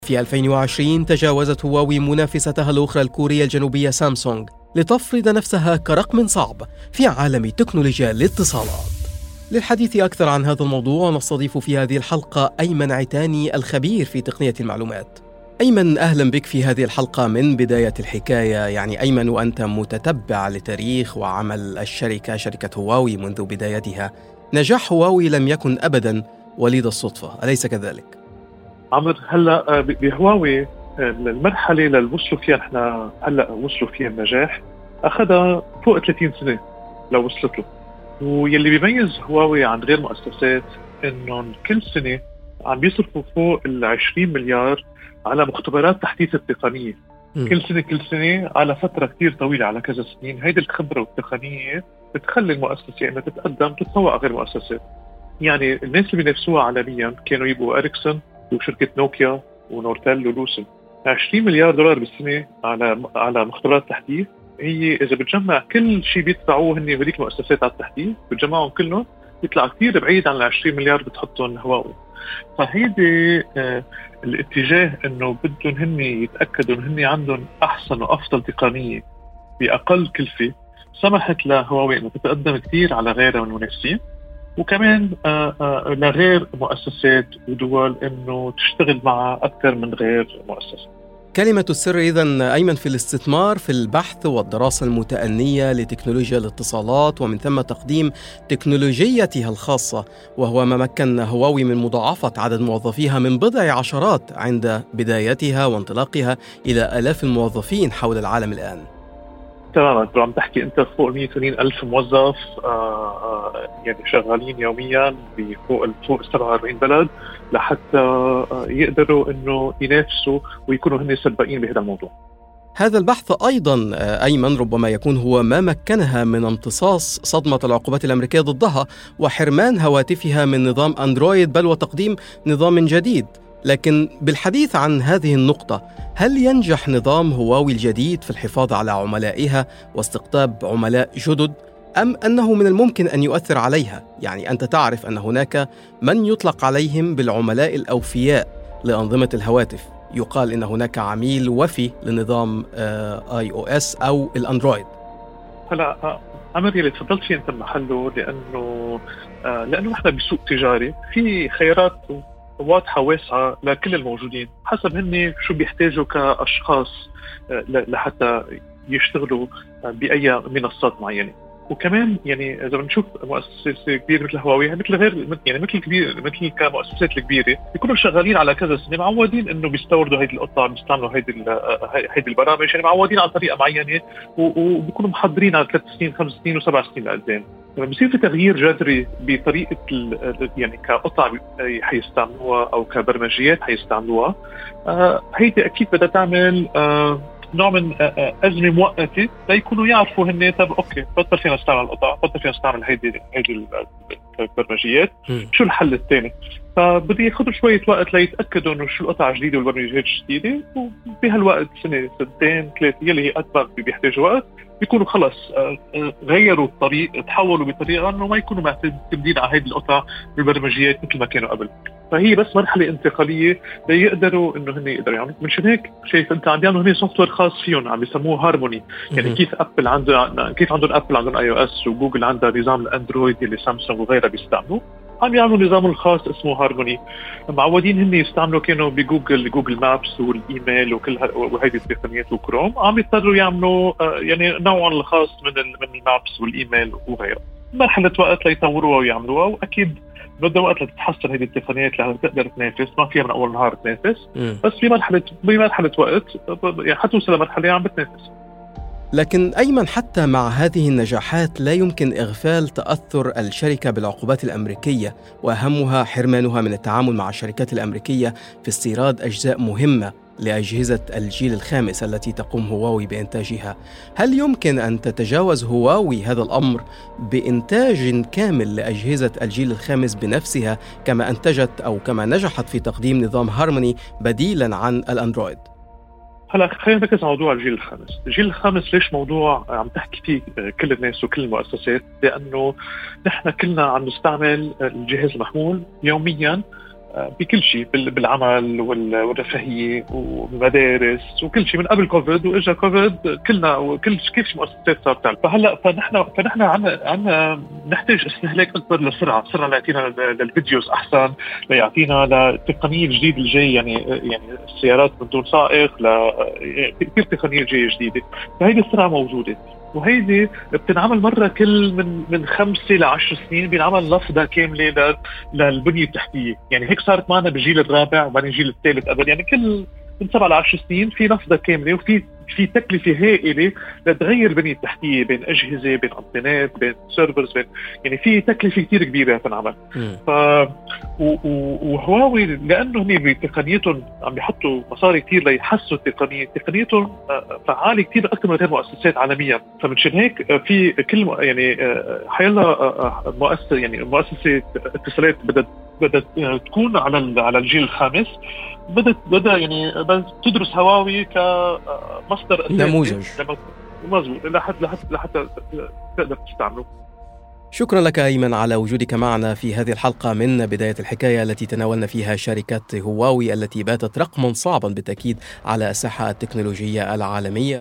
في 2020 تجاوزت هواوي منافستها الأخرى الكورية الجنوبية سامسونج لتفرض نفسها كرقم صعب في عالم تكنولوجيا الاتصالات. للحديث أكثر عن هذا الموضوع نستضيف في هذه الحلقة أيمن عتاني الخبير في تقنية المعلومات. أيمن، أهلا بك في هذه الحلقة من بداية الحكاية. أيمن، وأنت متتبع لتاريخ وعمل شركة هواوي منذ بدايتها. نجاح هواوي لم يكن أبدا وليد الصدفة، أليس كذلك؟ عمر، هلا بهواوي المرحله اللي وصلوا فيها احنا هلا وصلوا فيها النجاح اخذها فوق 30 سنه لو وصلت له. واللي بيميز هواوي عن غير مؤسسات انهم كل سنه عم بيصرفوا فوق 20 مليار على مختبرات تحديث التقنيه. كل سنه على فتره كثير طويله، على كذا سنين. هيدي الخبره والتقنيه بتخلي المؤسسه انها تتقدم تتفوق على غير مؤسسات. يعني الناس اللي بينافسوها عالميا كانوا يبقوا اريكسون وشركة نوكيا ونورتل ولوسن. 20 مليار دولار بالسنة على مختبرات تحديث. هي إذا بتجمع كل شيء بيدفعوه هني هذيك المؤسسات على التحديث، بتجمعهم كلهم يطلع كثير بعيد عن 20 مليار بتحطهم هواوي. فهيدي الاتجاه إنه بدهم هني يتأكدوا إن هني عندهم أحسن وأفضل تقنية بأقل كلفة، سمحت لهواوي إنه تتقدم كثير على غيرها من المنافسين، وكمان لغير مؤسسات ودول إنه تشتغل مع أكثر من غير مؤسسة. كلمة السر إذن أيمن في الاستثمار في البحث والدراسة المتأنية لتكنولوجيا الاتصالات، ومن ثم تقديم تكنولوجيتها الخاصة، وهو ما مكن هواوي من مضاعفة عدد موظفيها من بضع عشرات عند بدايتها وانطلاقها إلى آلاف الموظفين حول العالم الآن. تماما، عم تحكي انت فوق 180 ألف موظف يعني شغالين يوميا فوق 47 بلد لحتى يقدروا انه ينافسوا ويكونوا هن سباقين بهذا الموضوع. هذا البحث أيضا أيمن ربما يكون هو ما مكنها من امتصاص صدمة العقوبات الأمريكية ضدها وحرمان هواتفها من نظام أندرويد، بل وتقديم نظام جديد. لكن بالحديث عن هذه النقطة، هل ينجح نظام هواوي الجديد في الحفاظ على عملائها واستقطاب عملاء جدد، أم أنه من الممكن أن يؤثر عليها؟ أنت تعرف أن هناك من يطلق عليهم بالعملاء الأوفياء لأنظمة الهواتف. يقال إن هناك عميل وفي لنظام iOS أو الأندرويد. هلا عمر، اللي تفضلت فيه أنت محله، لأنه نحن بسوق تجاري في خيارات واضحة واسعة لكل الموجودين حسب هني شو بيحتاجوا كأشخاص لحتى يشتغلوا بأي منصات معينة. وكمان إذا بنشوف مؤسسة كبيرة مثل هواوي، مثل كمؤسسات الكبيرة بيكونوا شغالين على كذا سنة، معودين إنه بيستوردوا هيدي القطع، بيستعملوا هيدي البرامج، معودين على طريقة معينة وبيكونوا محضرين على 3 سنين 5 سنين و7 سنين لقدام. لما بيصير في تغيير جذري بطريقة كقطع حيستعملوها أو كبرمجيات حيستعملوها، هيدي أكيد بدها تعمل نوع من أزمة مؤقتة ليكونوا يعرفوا هن طب أوكي بطل فينا نستعمل القطع، بطل فينا نستعمل هيدي البرمجيات، شو الحل الثاني؟ فبدي ياخذوا شوية وقت ليتأكدوا إنه شو القطع الجديدة والبرمجيات الجديدة، وبهالوقت سنة 2 3 يلي هي أكبر بيحتاجوا وقت، بيكونوا خلص غيروا الطريق، تحولوا بطريقة إنه ما يكونوا معتمدين على هيدي القطع بالبرمجيات مثل ما كانوا قبل. فهي بس مرحلة انتقالية ليقدروا إنه هن يقدروا يعني. من شبهك شايف أنت عم بيعملوا هن سوفت وير خاص فيهم، عم بيسموه هارموني. كيف عندهم أبل عندهم iOS، وجوجل عندها نظام الأندرويد اللي سامسونج وغيرها بيستعملوا، عم يعملوا نظام الخاص اسمه هارموني. معودين هن يستعملوا كانوا بجوجل مابس والإيميل وهيدي التقنيات وكروم، عم يضطروا يعملوا نوعا الخاص من المابس والإيميل وغيرها. مرحلة وقت ليطوروها ويعملوها، وأكيد بدها وقت لتتحسن هذه التقنيات لتقدر تنافس. ما فيها من أول نهار تنافس، بس بمرحلة وقت حتوصل لمرحلة عم بتنافس. لكن أيمن، حتى مع هذه النجاحات لا يمكن إغفال تأثر الشركة بالعقوبات الأمريكية، وأهمها حرمانها من التعامل مع الشركات الأمريكية في استيراد أجزاء مهمة لأجهزة الجيل الخامس التي تقوم هواوي بإنتاجها. هل يمكن أن تتجاوز هواوي هذا الأمر بإنتاج كامل لأجهزة الجيل الخامس بنفسها، كما أنتجت أو كما نجحت في تقديم نظام هارموني بديلاً عن الأندرويد؟ هلا خلينا نركز على موضوع الجيل الخامس. الجيل الخامس ليش موضوع عم تحكي فيه كل الناس وكل المؤسسات؟ لأنه نحن كلنا عم نستعمل الجهاز المحمول يوميا بكل شيء، بالعمل والرفاهيه والمدارس وكل شيء من قبل كوفيد. واجا كوفيد كلنا وكل كيف مؤسسات صارت تعمل. فهلا فنحن عنا نحتاج استهلاك اكبر للسرعه، اللي يعطينا للفيديوز احسن، ليعطينا للتقنيه الجديده الجاي، يعني السيارات من دون سائق، كثير تقنيه جايه جديده. فهيدي السرعه موجوده، وهيدي بتنعمل مرة كل من 5 ل 10 سنين، بينعمل لفظة كاملة للبنية التحتية. يعني هيك صارت معنا بالجيل الرابع وبعدين الجيل الثالث قبل، يعني كل من 7 ل 10 سنين في لفظة كاملة، وفي تكلفة هائلة لتغير البنية التحتية، بين أجهزة، بين أنتينات، بين سيرفرز، يعني في تكلفة كتير كبيرة تنعمل. وهواوي لأنه هني بتقنيتهم عم بيحطوا مصاري كتير ليحسوا تقنيتهم فعالة كتير أكثر من غير مؤسسات عالميا. فمنشان هيك في كل يعني حيلا مؤسسة، يعني مؤسسة اتصالات بدأت تكون على الجيل الخامس، بدأ يعني تدرس هواوي كمصدر أساسي نموذج مظبوط لحتى تقدر تستعمله. شكرا لك أيمن على وجودك معنا في هذه الحلقة من بداية الحكاية، التي تناولنا فيها شركة هواوي التي باتت رقما صعبا بالتأكيد على الساحة التكنولوجية العالمية.